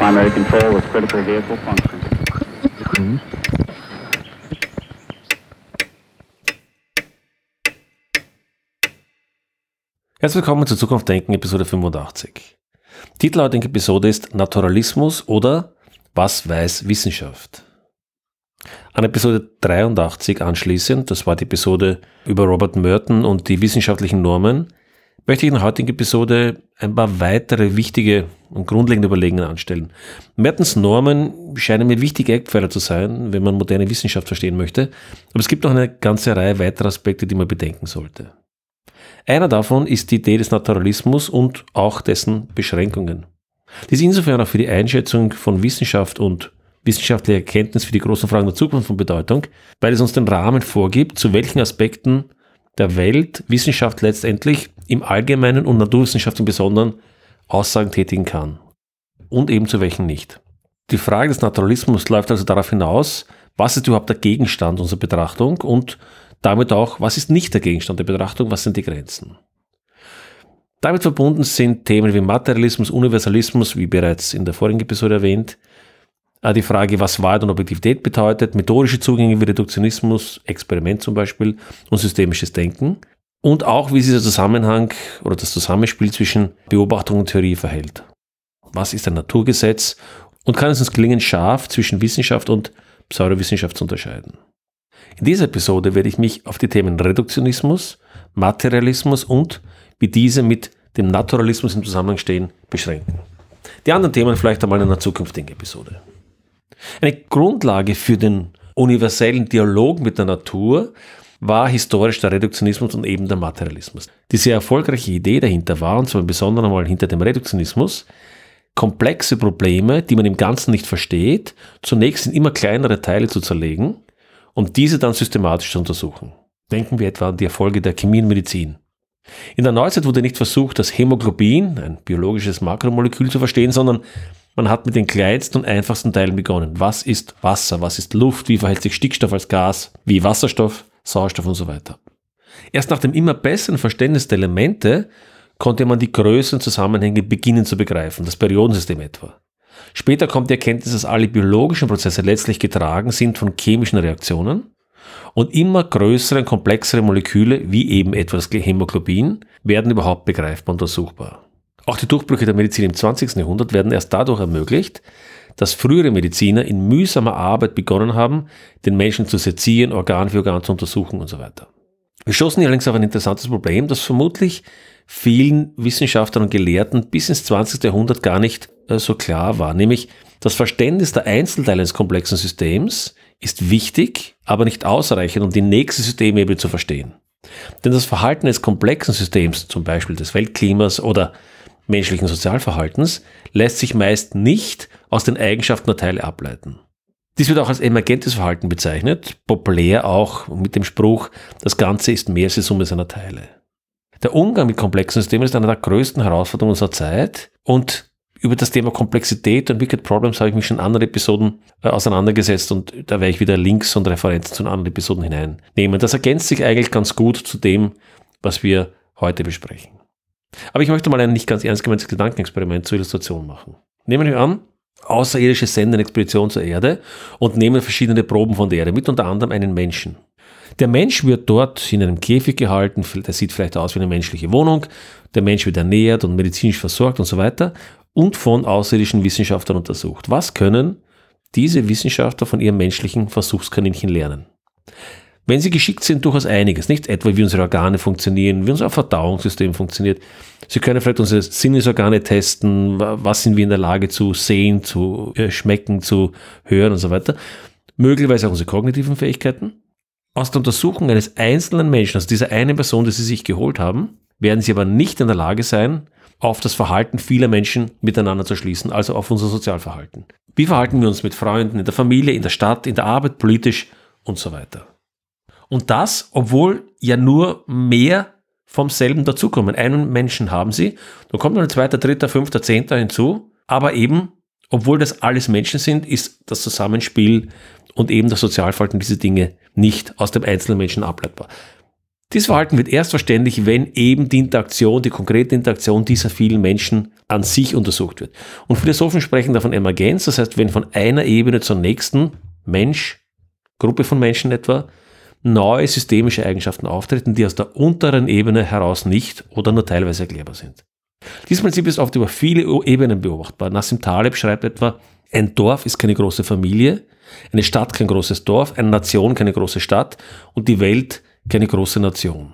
primary control with critical vehicle function. Herzlich willkommen zu Zukunft Denken, Episode 85. Titel heutigen Episode ist Naturalismus oder Was weiß Wissenschaft? An Episode 83 anschließend, das war die Episode über Robert Merton und die wissenschaftlichen Normen, möchte ich in der heutigen Episode ein paar weitere wichtige und grundlegende Überlegungen anstellen. Mertons Normen scheinen mir wichtige Eckpfeiler zu sein, wenn man moderne Wissenschaft verstehen möchte, aber es gibt noch eine ganze Reihe weiterer Aspekte, die man bedenken sollte. Einer davon ist die Idee des Naturalismus und auch dessen Beschränkungen. Dies ist insofern auch für die Einschätzung von Wissenschaft und wissenschaftlicher Erkenntnis für die großen Fragen der Zukunft von Bedeutung, weil es uns den Rahmen vorgibt, zu welchen Aspekten der Welt Wissenschaft letztendlich im Allgemeinen und Naturwissenschaft im Besonderen Aussagen tätigen kann. Und eben zu welchen nicht. Die Frage des Naturalismus läuft also darauf hinaus, was ist überhaupt der Gegenstand unserer Betrachtung und damit auch, was ist nicht der Gegenstand der Betrachtung, was sind die Grenzen. Damit verbunden sind Themen wie Materialismus, Universalismus, wie bereits in der vorigen Episode erwähnt, die Frage, was Wahrheit und Objektivität bedeutet, methodische Zugänge wie Reduktionismus, Experiment zum Beispiel und systemisches Denken und auch, wie sich der Zusammenhang oder das Zusammenspiel zwischen Beobachtung und Theorie verhält. Was ist ein Naturgesetz und kann es uns gelingen, scharf zwischen Wissenschaft und Pseudowissenschaft zu unterscheiden? In dieser Episode werde ich mich auf die Themen Reduktionismus, Materialismus und wie diese mit dem Naturalismus im Zusammenhang stehen, beschränken. Die anderen Themen vielleicht einmal in einer zukünftigen Episode. Eine Grundlage für den universellen Dialog mit der Natur war historisch der Reduktionismus und eben der Materialismus. Die sehr erfolgreiche Idee dahinter war, und zwar im Besonderen einmal hinter dem Reduktionismus, komplexe Probleme, die man im Ganzen nicht versteht, zunächst in immer kleinere Teile zu zerlegen und diese dann systematisch zu untersuchen. Denken wir etwa an die Erfolge der Chemie und Medizin. In der Neuzeit wurde nicht versucht, das Hämoglobin, ein biologisches Makromolekül, zu verstehen, sondern man hat mit den kleinsten und einfachsten Teilen begonnen. Was ist Wasser? Was ist Luft? Wie verhält sich Stickstoff als Gas? Wie Wasserstoff, Sauerstoff und so weiter. Erst nach dem immer besseren Verständnis der Elemente konnte man die größeren Zusammenhänge beginnen zu begreifen, das Periodensystem etwa. Später kommt die Erkenntnis, dass alle biologischen Prozesse letztlich getragen sind von chemischen Reaktionen und immer größere und komplexere Moleküle, wie eben etwa das Hämoglobin, werden überhaupt begreifbar und untersuchbar. Auch die Durchbrüche der Medizin im 20. Jahrhundert werden erst dadurch ermöglicht, dass frühere Mediziner in mühsamer Arbeit begonnen haben, den Menschen zu sezieren, Organ für Organ zu untersuchen und so weiter. Wir stoßen hier allerdings auf ein interessantes Problem, das vermutlich vielen Wissenschaftlern und Gelehrten bis ins 20. Jahrhundert gar nicht so klar war, nämlich das Verständnis der Einzelteile eines komplexen Systems ist wichtig, aber nicht ausreichend, um die nächste Systemebene zu verstehen. Denn das Verhalten eines komplexen Systems, zum Beispiel des Weltklimas oder menschlichen Sozialverhaltens, lässt sich meist nicht aus den Eigenschaften der Teile ableiten. Dies wird auch als emergentes Verhalten bezeichnet, populär auch mit dem Spruch, das Ganze ist mehr als die Summe seiner Teile. Der Umgang mit komplexen Systemen ist eine der größten Herausforderungen unserer Zeit und über das Thema Komplexität und Wicked Problems habe ich mich schon in anderen Episoden auseinandergesetzt und da werde ich wieder Links und Referenzen zu anderen Episoden hineinnehmen. Das ergänzt sich eigentlich ganz gut zu dem, was wir heute besprechen. Aber ich möchte mal ein nicht ganz ernst gemeintes Gedankenexperiment zur Illustration machen. Nehmen wir an, Außerirdische senden eine Expedition zur Erde und nehmen verschiedene Proben von der Erde mit, unter anderem einen Menschen. Der Mensch wird dort in einem Käfig gehalten, der sieht vielleicht aus wie eine menschliche Wohnung, der Mensch wird ernährt und medizinisch versorgt und so weiter und von außerirdischen Wissenschaftlern untersucht. Was können diese Wissenschaftler von ihrem menschlichen Versuchskaninchen lernen? Wenn sie geschickt sind, durchaus einiges, nicht etwa wie unsere Organe funktionieren, wie unser Verdauungssystem funktioniert. Sie können vielleicht unsere Sinnesorgane testen, was sind wir in der Lage zu sehen, zu schmecken, zu hören und so weiter. Möglicherweise auch unsere kognitiven Fähigkeiten. Aus der Untersuchung eines einzelnen Menschen, also dieser einen Person, die sie sich geholt haben, werden sie aber nicht in der Lage sein, auf das Verhalten vieler Menschen miteinander zu schließen, also auf unser Sozialverhalten. Wie verhalten wir uns mit Freunden, in der Familie, in der Stadt, in der Arbeit, politisch und so weiter. Und das, obwohl ja nur mehr vom selben dazukommen. Einen Menschen haben sie, dann kommt noch ein zweiter, dritter, fünfter, zehnter hinzu, aber eben, obwohl das alles Menschen sind, ist das Zusammenspiel und eben das Sozialverhalten, diese Dinge nicht aus dem einzelnen Menschen ableitbar. Dieses Verhalten wird erst verständlich, wenn eben die konkrete Interaktion dieser vielen Menschen an sich untersucht wird. Und Philosophen sprechen davon Emergenz, das heißt, wenn von einer Ebene zur nächsten Mensch, Gruppe von Menschen etwa, neue systemische Eigenschaften auftreten, die aus der unteren Ebene heraus nicht oder nur teilweise erklärbar sind. Dieses Prinzip ist oft über viele Ebenen beobachtbar. Nassim Taleb schreibt etwa, ein Dorf ist keine große Familie, eine Stadt kein großes Dorf, eine Nation keine große Stadt und die Welt keine große Nation.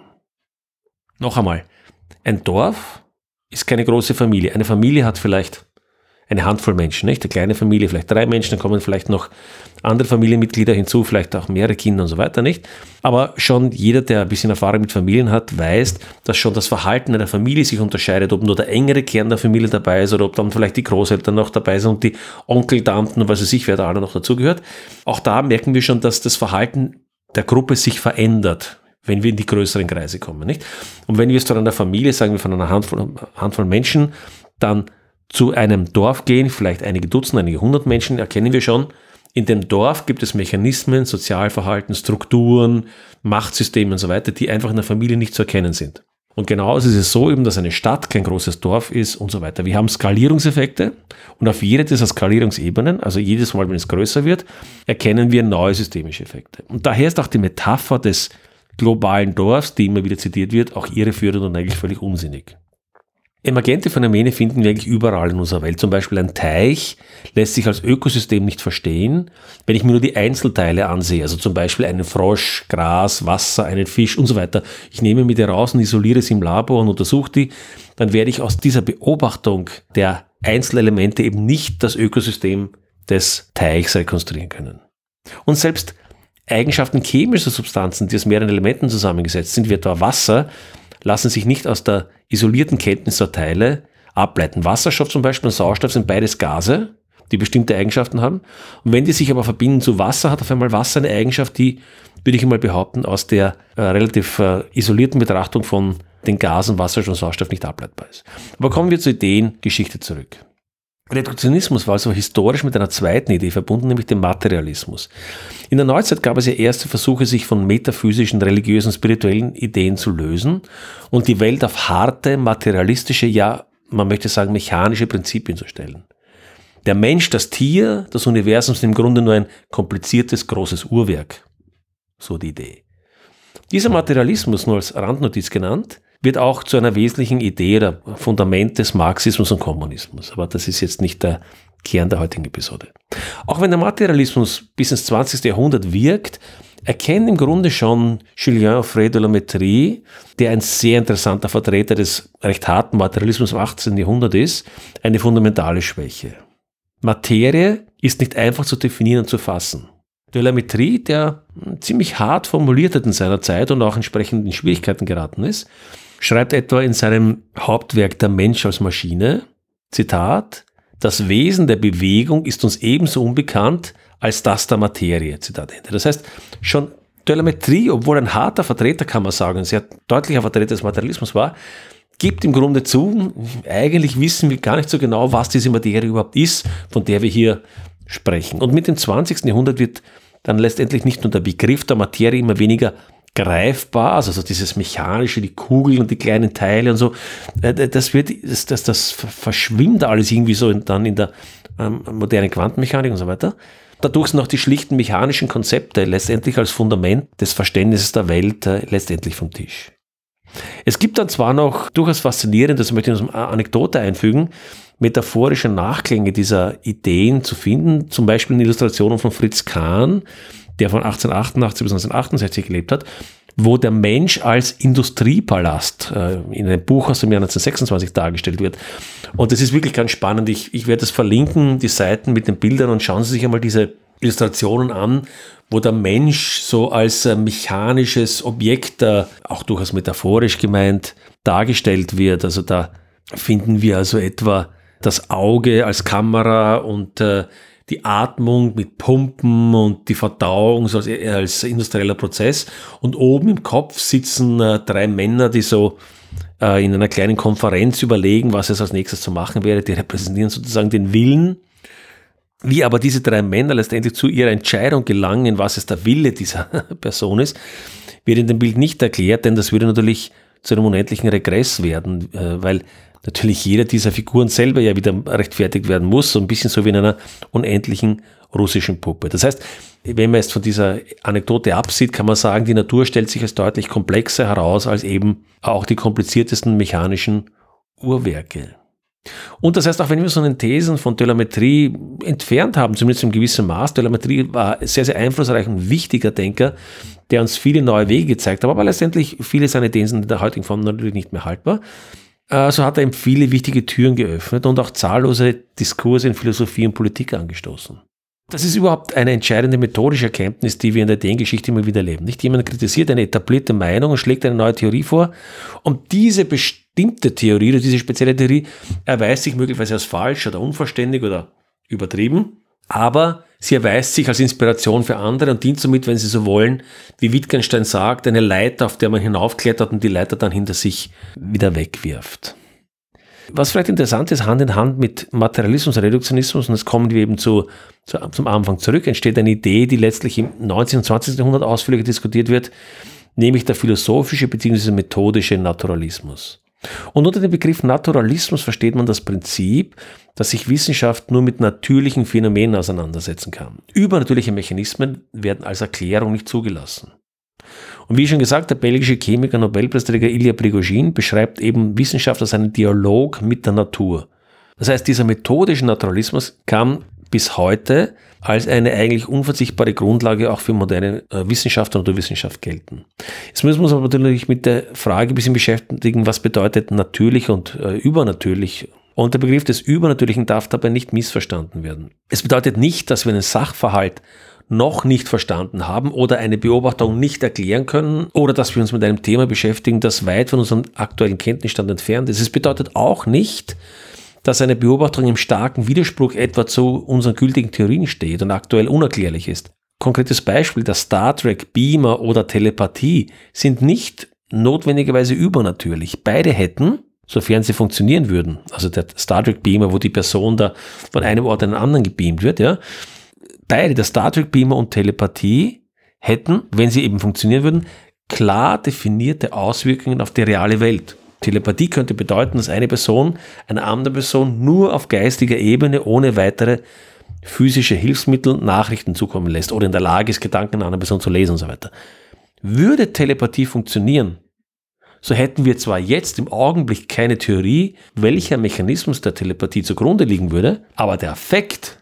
Noch einmal, ein Dorf ist keine große Familie. Eine Familie hat vielleicht eine Handvoll Menschen, nicht? Eine kleine Familie, vielleicht 3 Menschen, dann kommen vielleicht noch andere Familienmitglieder hinzu, vielleicht auch mehrere Kinder und so weiter, nicht? Aber schon jeder, der ein bisschen Erfahrung mit Familien hat, weiß, dass schon das Verhalten einer Familie sich unterscheidet, ob nur der engere Kern der Familie dabei ist oder ob dann vielleicht die Großeltern noch dabei sind und die Onkel, Tanten und was weiß ich, wer da alle noch dazugehört. Auch da merken wir schon, dass das Verhalten der Gruppe sich verändert, wenn wir in die größeren Kreise kommen, nicht? Und wenn wir es von einer Familie, sagen wir von einer Handvoll Menschen, dann zu einem Dorf gehen, vielleicht einige Dutzend, einige 100 Menschen, erkennen wir schon, in dem Dorf gibt es Mechanismen, Sozialverhalten, Strukturen, Machtsysteme und so weiter, die einfach in der Familie nicht zu erkennen sind. Und genauso ist es so eben, dass eine Stadt kein großes Dorf ist und so weiter. Wir haben Skalierungseffekte und auf jede dieser Skalierungsebenen, also jedes Mal, wenn es größer wird, erkennen wir neue systemische Effekte. Und daher ist auch die Metapher des globalen Dorfs, die immer wieder zitiert wird, auch irreführend und eigentlich völlig unsinnig. Emergente Phänomene finden wir eigentlich überall in unserer Welt. Zum Beispiel ein Teich lässt sich als Ökosystem nicht verstehen, wenn ich mir nur die Einzelteile ansehe. Also zum Beispiel einen Frosch, Gras, Wasser, einen Fisch und so weiter. Ich nehme mir die raus und isoliere sie im Labor und untersuche die. Dann werde ich aus dieser Beobachtung der Einzelelemente eben nicht das Ökosystem des Teichs rekonstruieren können. Und selbst Eigenschaften chemischer Substanzen, die aus mehreren Elementen zusammengesetzt sind, wie etwa Wasser, lassen sich nicht aus der isolierten Kenntnis der Teile ableiten. Wasserstoff zum Beispiel und Sauerstoff sind beides Gase, die bestimmte Eigenschaften haben. Und wenn die sich aber verbinden zu Wasser, hat auf einmal Wasser eine Eigenschaft, die, würde ich einmal behaupten, aus der relativ isolierten Betrachtung von den Gasen Wasserstoff und Sauerstoff nicht ableitbar ist. Aber kommen wir zur Ideengeschichte zurück. Reduktionismus war also historisch mit einer zweiten Idee verbunden, nämlich dem Materialismus. In der Neuzeit gab es ja erste Versuche, sich von metaphysischen, religiösen, spirituellen Ideen zu lösen und die Welt auf harte, materialistische, ja, man möchte sagen, mechanische Prinzipien zu stellen. Der Mensch, das Tier, das Universum sind im Grunde nur ein kompliziertes, großes Uhrwerk. So die Idee. Dieser Materialismus, nur als Randnotiz genannt, wird auch zu einer wesentlichen Idee oder Fundament des Marxismus und Kommunismus. Aber das ist jetzt nicht der Kern der heutigen Episode. Auch wenn der Materialismus bis ins 20. Jahrhundert wirkt, erkennen im Grunde schon Julien Offray de la Mettrie, der ein sehr interessanter Vertreter des recht harten Materialismus im 18. Jahrhundert ist, eine fundamentale Schwäche. Materie ist nicht einfach zu definieren und zu fassen. De la Mettrie, der ziemlich hart formuliert hat in seiner Zeit und auch entsprechend in Schwierigkeiten geraten ist, schreibt etwa in seinem Hauptwerk Der Mensch als Maschine, Zitat, das Wesen der Bewegung ist uns ebenso unbekannt als das der Materie, Zitat Ende. Das heißt, schon de la Mettrie, obwohl ein harter Vertreter, kann man sagen, ein sehr deutlicher Vertreter des Materialismus war, gibt im Grunde zu, eigentlich wissen wir gar nicht so genau, was diese Materie überhaupt ist, von der wir hier sprechen. Und mit dem 20. Jahrhundert wird dann letztendlich nicht nur der Begriff der Materie immer weniger greifbar, also dieses Mechanische, die Kugeln und die kleinen Teile und so, das verschwimmt alles irgendwie so dann in der modernen Quantenmechanik und so weiter. Dadurch sind auch die schlichten mechanischen Konzepte letztendlich als Fundament des Verständnisses der Welt letztendlich vom Tisch. Es gibt dann zwar noch durchaus faszinierend, das möchte ich als Anekdote einfügen, metaphorische Nachklänge dieser Ideen zu finden, zum Beispiel in Illustrationen von Fritz Kahn, der von 1888 bis 1968 gelebt hat, wo der Mensch als Industriepalast in einem Buch aus dem Jahr 1926 dargestellt wird. Und das ist wirklich ganz spannend. Ich werde es verlinken, die Seiten mit den Bildern, und schauen Sie sich einmal diese Illustrationen an, wo der Mensch so als mechanisches Objekt, auch durchaus metaphorisch gemeint, dargestellt wird. Also da finden wir also etwa das Auge als Kamera und die Atmung mit Pumpen und die Verdauung so als industrieller Prozess. Und oben im Kopf sitzen 3 Männer, die so in einer kleinen Konferenz überlegen, was es als nächstes zu machen wäre. Die repräsentieren sozusagen den Willen. Wie aber diese 3 Männer letztendlich zu ihrer Entscheidung gelangen, was es der Wille dieser Person ist, wird in dem Bild nicht erklärt, denn das würde natürlich zu einem unendlichen Regress werden, weil natürlich jeder dieser Figuren selber ja wieder rechtfertigt werden muss, so ein bisschen so wie in einer unendlichen russischen Puppe. Das heißt, wenn man jetzt von dieser Anekdote absieht, kann man sagen, die Natur stellt sich als deutlich komplexer heraus als eben auch die kompliziertesten mechanischen Uhrwerke. Und das heißt, auch wenn wir so eine Thesen von Delametre entfernt haben, zumindest im gewissen Maß, Delametre war sehr, sehr einflussreich und wichtiger Denker, der uns viele neue Wege gezeigt hat, aber letztendlich viele seiner Thesen in der heutigen Form natürlich nicht mehr haltbar. So hat er ihm viele wichtige Türen geöffnet und auch zahllose Diskurse in Philosophie und Politik angestoßen. Das ist überhaupt eine entscheidende methodische Erkenntnis, die wir in der Ideengeschichte immer wieder erleben. Nicht jemand kritisiert eine etablierte Meinung und schlägt eine neue Theorie vor und diese bestimmte Theorie oder diese spezielle Theorie erweist sich möglicherweise als falsch oder unvollständig oder übertrieben, aber sie erweist sich als Inspiration für andere und dient somit, wenn Sie so wollen, wie Wittgenstein sagt, eine Leiter, auf der man hinaufklettert und die Leiter dann hinter sich wieder wegwirft. Was vielleicht interessant ist, Hand in Hand mit Materialismus und Reduktionismus, und jetzt kommen wir eben zum Anfang zurück, entsteht eine Idee, die letztlich im 19. und 20. Jahrhundert ausführlicher diskutiert wird, nämlich der philosophische bzw. methodische Naturalismus. Und unter dem Begriff Naturalismus versteht man das Prinzip, dass sich Wissenschaft nur mit natürlichen Phänomenen auseinandersetzen kann. Übernatürliche Mechanismen werden als Erklärung nicht zugelassen. Und wie schon gesagt, der belgische Chemiker, Nobelpreisträger Ilya Prigogine beschreibt eben Wissenschaft als einen Dialog mit der Natur. Das heißt, dieser methodische Naturalismus kann bis heute als eine eigentlich unverzichtbare Grundlage auch für moderne Wissenschaft und Naturwissenschaft gelten. Jetzt müssen wir uns aber natürlich mit der Frage ein bisschen beschäftigen, was bedeutet natürlich und übernatürlich. Und der Begriff des Übernatürlichen darf dabei nicht missverstanden werden. Es bedeutet nicht, dass wir einen Sachverhalt noch nicht verstanden haben oder eine Beobachtung nicht erklären können oder dass wir uns mit einem Thema beschäftigen, das weit von unserem aktuellen Kenntnisstand entfernt ist. Es bedeutet auch nicht, dass eine Beobachtung im starken Widerspruch etwa zu unseren gültigen Theorien steht und aktuell unerklärlich ist. Konkretes Beispiel, der Star Trek Beamer oder Telepathie sind nicht notwendigerweise übernatürlich. Beide hätten, sofern sie funktionieren würden, also der Star Trek Beamer, wo die Person da von einem Ort an den anderen gebeamt wird, ja, beide, der Star Trek Beamer und Telepathie, hätten, wenn sie eben funktionieren würden, klar definierte Auswirkungen auf die reale Welt. Telepathie könnte bedeuten, dass eine Person einer anderen Person nur auf geistiger Ebene ohne weitere physische Hilfsmittel Nachrichten zukommen lässt oder in der Lage ist, Gedanken einer anderen Person zu lesen und so weiter. Würde Telepathie funktionieren, so hätten wir zwar jetzt im Augenblick keine Theorie, welcher Mechanismus der Telepathie zugrunde liegen würde, aber der Effekt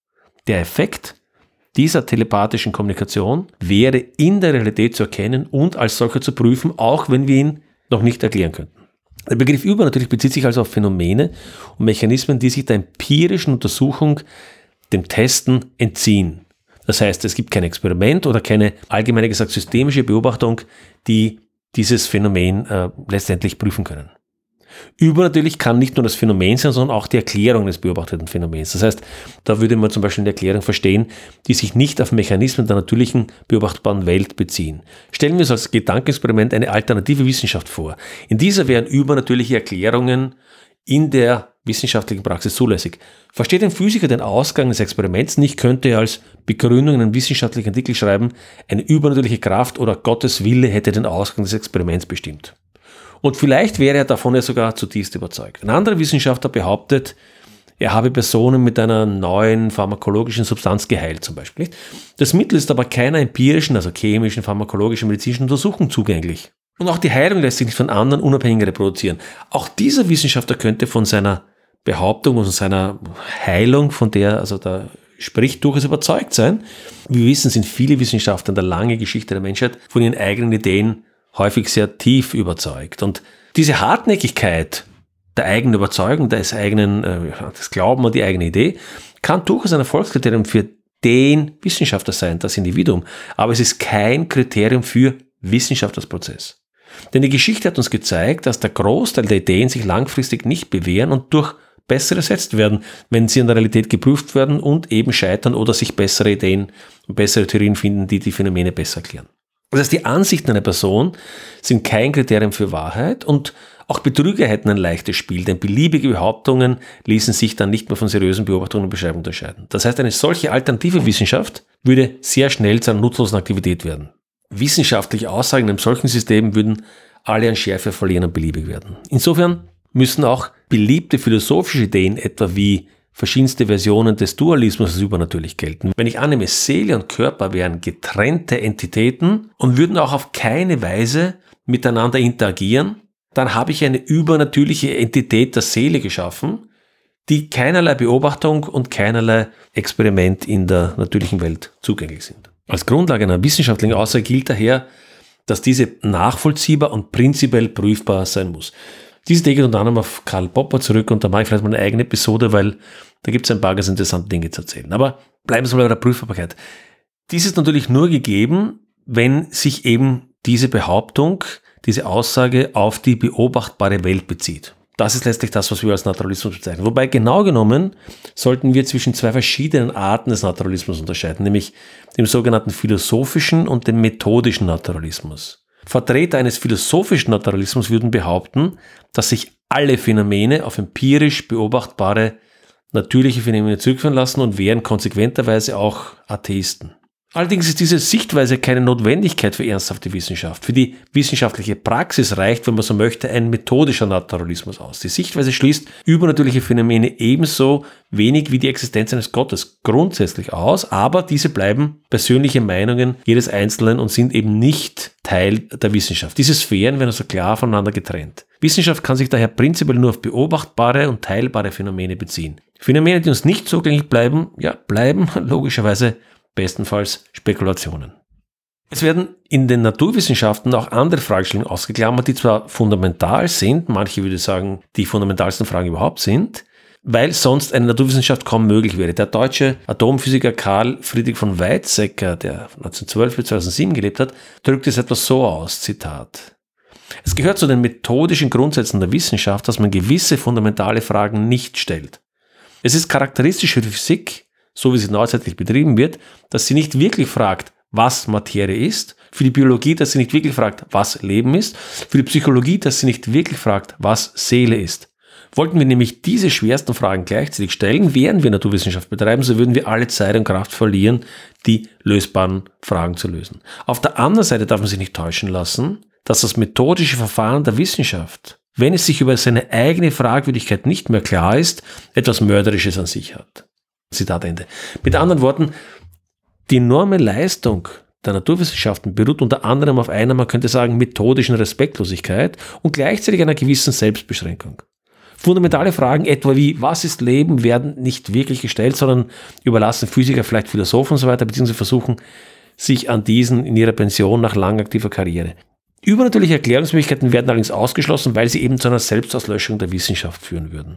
dieser telepathischen Kommunikation wäre in der Realität zu erkennen und als solcher zu prüfen, auch wenn wir ihn noch nicht erklären könnten. Der Begriff übernatürlich bezieht sich also auf Phänomene und Mechanismen, die sich der empirischen Untersuchung, dem Testen entziehen. Das heißt, es gibt kein Experiment oder keine allgemein gesagt systemische Beobachtung, die dieses Phänomen letztendlich prüfen können. Übernatürlich kann nicht nur das Phänomen sein, sondern auch die Erklärung des beobachteten Phänomens. Das heißt, da würde man zum Beispiel eine Erklärung verstehen, die sich nicht auf Mechanismen der natürlichen beobachtbaren Welt beziehen. Stellen wir uns als Gedankenexperiment eine alternative Wissenschaft vor. In dieser wären übernatürliche Erklärungen in der wissenschaftlichen Praxis zulässig. Versteht ein Physiker den Ausgang des Experiments nicht, könnte er als Begründung in einem wissenschaftlichen Artikel schreiben, eine übernatürliche Kraft oder Gottes Wille hätte den Ausgang des Experiments bestimmt. Und vielleicht wäre er davon ja sogar zutiefst überzeugt. Ein anderer Wissenschaftler behauptet, er habe Personen mit einer neuen pharmakologischen Substanz geheilt zum Beispiel. Das Mittel ist aber keiner empirischen, also chemischen, pharmakologischen, medizinischen Untersuchung zugänglich. Und auch die Heilung lässt sich nicht von anderen unabhängig reproduzieren. Auch dieser Wissenschaftler könnte von seiner Behauptung und seiner Heilung, von der also da spricht, durchaus überzeugt sein. Wie wir wissen, sind viele Wissenschaftler in der langen Geschichte der Menschheit von ihren eigenen Ideen häufig sehr tief überzeugt. Und diese Hartnäckigkeit der eigenen Überzeugung, des Glauben an die eigene Idee, kann durchaus ein Erfolgskriterium für den Wissenschaftler sein, das Individuum. Aber es ist kein Kriterium für Wissenschaft als Prozess. Denn die Geschichte hat uns gezeigt, dass der Großteil der Ideen sich langfristig nicht bewähren und durch bessere ersetzt werden, wenn sie in der Realität geprüft werden und eben scheitern oder sich bessere Ideen und bessere Theorien finden, die die Phänomene besser erklären. Das heißt, die Ansichten einer Person sind kein Kriterium für Wahrheit und auch Betrüger hätten ein leichtes Spiel, denn beliebige Behauptungen ließen sich dann nicht mehr von seriösen Beobachtungen und Beschreibungen unterscheiden. Das heißt, eine solche alternative Wissenschaft würde sehr schnell zu einer nutzlosen Aktivität werden. wissenschaftliche Aussagen in einem solchen System würden alle an Schärfe verlieren und beliebig werden. Insofern müssen auch beliebte philosophische Ideen, etwa wie verschiedenste Versionen des Dualismus als übernatürlich gelten. Wenn ich annehme, Seele und Körper wären getrennte Entitäten und würden auch auf keine Weise miteinander interagieren, dann habe ich eine übernatürliche Entität der Seele geschaffen, die keinerlei Beobachtung und keinerlei Experiment in der natürlichen Welt zugänglich sind. Als Grundlage einer wissenschaftlichen Aussage gilt daher, dass diese nachvollziehbar und prinzipiell prüfbar sein muss. Diese geht unter anderem auf Karl Popper zurück und da mache ich vielleicht mal eine eigene Episode, weil da gibt es ein paar ganz interessante Dinge zu erzählen. Aber bleiben wir mal bei der Prüfbarkeit. Dies ist natürlich nur gegeben, wenn sich eben diese Behauptung, diese Aussage auf die beobachtbare Welt bezieht. Das ist letztlich das, was wir als Naturalismus bezeichnen. Wobei genau genommen sollten wir zwischen zwei verschiedenen Arten des Naturalismus unterscheiden, nämlich dem sogenannten philosophischen und dem methodischen Naturalismus. Vertreter eines philosophischen Naturalismus würden behaupten, dass sich alle Phänomene auf empirisch beobachtbare natürliche Phänomene zurückführen lassen und wären konsequenterweise auch Atheisten. Allerdings ist diese Sichtweise keine Notwendigkeit für ernsthafte Wissenschaft. Für die wissenschaftliche Praxis reicht, wenn man so möchte, ein methodischer Naturalismus aus. Die Sichtweise schließt übernatürliche Phänomene ebenso wenig wie die Existenz eines Gottes grundsätzlich aus, aber diese bleiben persönliche Meinungen jedes Einzelnen und sind eben nicht Teil der Wissenschaft. Diese Sphären werden also klar voneinander getrennt. Wissenschaft kann sich daher prinzipiell nur auf beobachtbare und teilbare Phänomene beziehen. Phänomene, die uns nicht zugänglich bleiben, bleiben logischerweise bestenfalls Spekulationen. Es werden in den Naturwissenschaften auch andere Fragestellungen ausgeklammert, die zwar fundamental sind, manche würde sagen, die fundamentalsten Fragen überhaupt sind, weil sonst eine Naturwissenschaft kaum möglich wäre. Der deutsche Atomphysiker Karl Friedrich von Weizsäcker, der 1912 bis 2007 gelebt hat, drückt es etwas so aus, Zitat: Es gehört zu den methodischen Grundsätzen der Wissenschaft, dass man gewisse fundamentale Fragen nicht stellt. Es ist charakteristisch für die Physik, so wie sie neuzeitlich betrieben wird, dass sie nicht wirklich fragt, was Materie ist, für die Biologie, dass sie nicht wirklich fragt, was Leben ist, für die Psychologie, dass sie nicht wirklich fragt, was Seele ist. Wollten wir nämlich diese schwersten Fragen gleichzeitig stellen, während wir Naturwissenschaft betreiben, so würden wir alle Zeit und Kraft verlieren, die lösbaren Fragen zu lösen. Auf der anderen Seite darf man sich nicht täuschen lassen, dass das methodische Verfahren der Wissenschaft, wenn es sich über seine eigene Fragwürdigkeit nicht mehr klar ist, etwas Mörderisches an sich hat. Zitat Ende. Mit anderen Worten, die enorme Leistung der Naturwissenschaften beruht unter anderem auf einer, man könnte sagen, methodischen Respektlosigkeit und gleichzeitig einer gewissen Selbstbeschränkung. Fundamentale Fragen etwa wie, was ist Leben, werden nicht wirklich gestellt, sondern überlassen Physiker, vielleicht Philosophen und so weiter, beziehungsweise versuchen sich an diesen in ihrer Pension nach lang aktiver Karriere. Übernatürliche Erklärungsmöglichkeiten werden allerdings ausgeschlossen, weil sie eben zu einer Selbstauslöschung der Wissenschaft führen würden.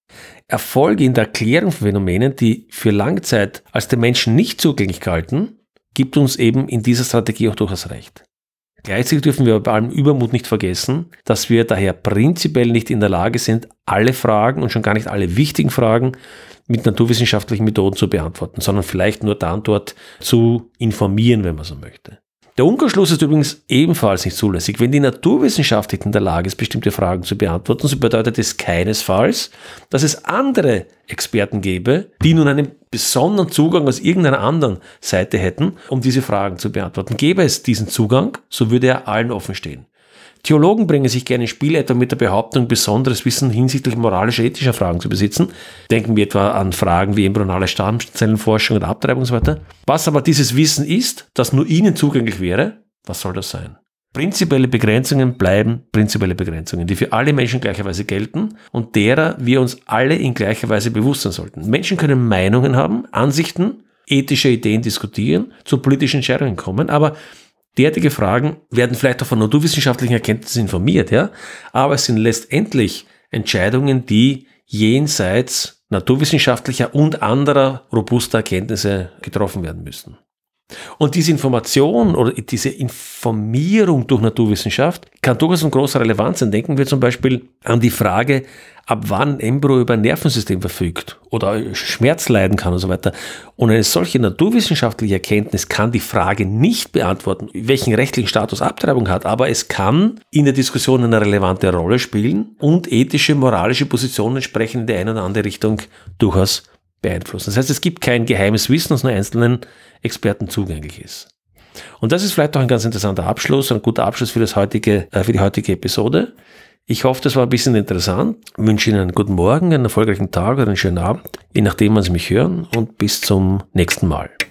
Erfolge in der Erklärung von Phänomenen, die für lange Zeit als den Menschen nicht zugänglich galten, gibt uns eben in dieser Strategie auch durchaus recht. Gleichzeitig dürfen wir bei allem Übermut nicht vergessen, dass wir daher prinzipiell nicht in der Lage sind, alle Fragen und schon gar nicht alle wichtigen Fragen mit naturwissenschaftlichen Methoden zu beantworten, sondern vielleicht nur da und dort zu informieren, wenn man so möchte. Der Umkehrschluss ist übrigens ebenfalls nicht zulässig. Wenn die Naturwissenschaft nicht in der Lage ist, bestimmte Fragen zu beantworten, so bedeutet es keinesfalls, dass es andere Experten gäbe, die nun einen besonderen Zugang aus irgendeiner anderen Seite hätten, um diese Fragen zu beantworten. Gäbe es diesen Zugang, so würde er allen offen stehen. Theologen bringen sich gerne ins Spiel, etwa mit der Behauptung, besonderes Wissen hinsichtlich moralischer, ethischer Fragen zu besitzen. Denken wir etwa an Fragen wie embryonale Stammzellenforschung oder Abtreibung und so weiter. Was aber dieses Wissen ist, das nur ihnen zugänglich wäre, was soll das sein? Prinzipielle Begrenzungen bleiben prinzipielle Begrenzungen, die für alle Menschen gleicherweise gelten und derer wir uns alle in gleicher Weise bewusst sein sollten. Menschen können Meinungen haben, Ansichten, ethische Ideen diskutieren, zu politischen Entscheidungen kommen, aber derartige Fragen werden vielleicht auch von naturwissenschaftlichen Erkenntnissen informiert, aber es sind letztendlich Entscheidungen, die jenseits naturwissenschaftlicher und anderer robuster Erkenntnisse getroffen werden müssen. Und diese Information oder diese Informierung durch Naturwissenschaft kann durchaus von großer Relevanz sein. Denken wir zum Beispiel an die Frage, ab wann ein Embryo über ein Nervensystem verfügt oder Schmerz leiden kann und so weiter. Und eine solche naturwissenschaftliche Erkenntnis kann die Frage nicht beantworten, welchen rechtlichen Status Abtreibung hat, aber es kann in der Diskussion eine relevante Rolle spielen und ethische, moralische Positionen entsprechend in die eine oder andere Richtung durchaus beeinflussen. Das heißt, es gibt kein geheimes Wissen, das nur einzelnen Experten zugänglich ist. Und das ist vielleicht auch ein ganz interessanter Abschluss, ein guter Abschluss für die heutige Episode. Ich hoffe, das war ein bisschen interessant. Ich wünsche Ihnen einen guten Morgen, einen erfolgreichen Tag oder einen schönen Abend, je nachdem, wann Sie mich hören, und bis zum nächsten Mal.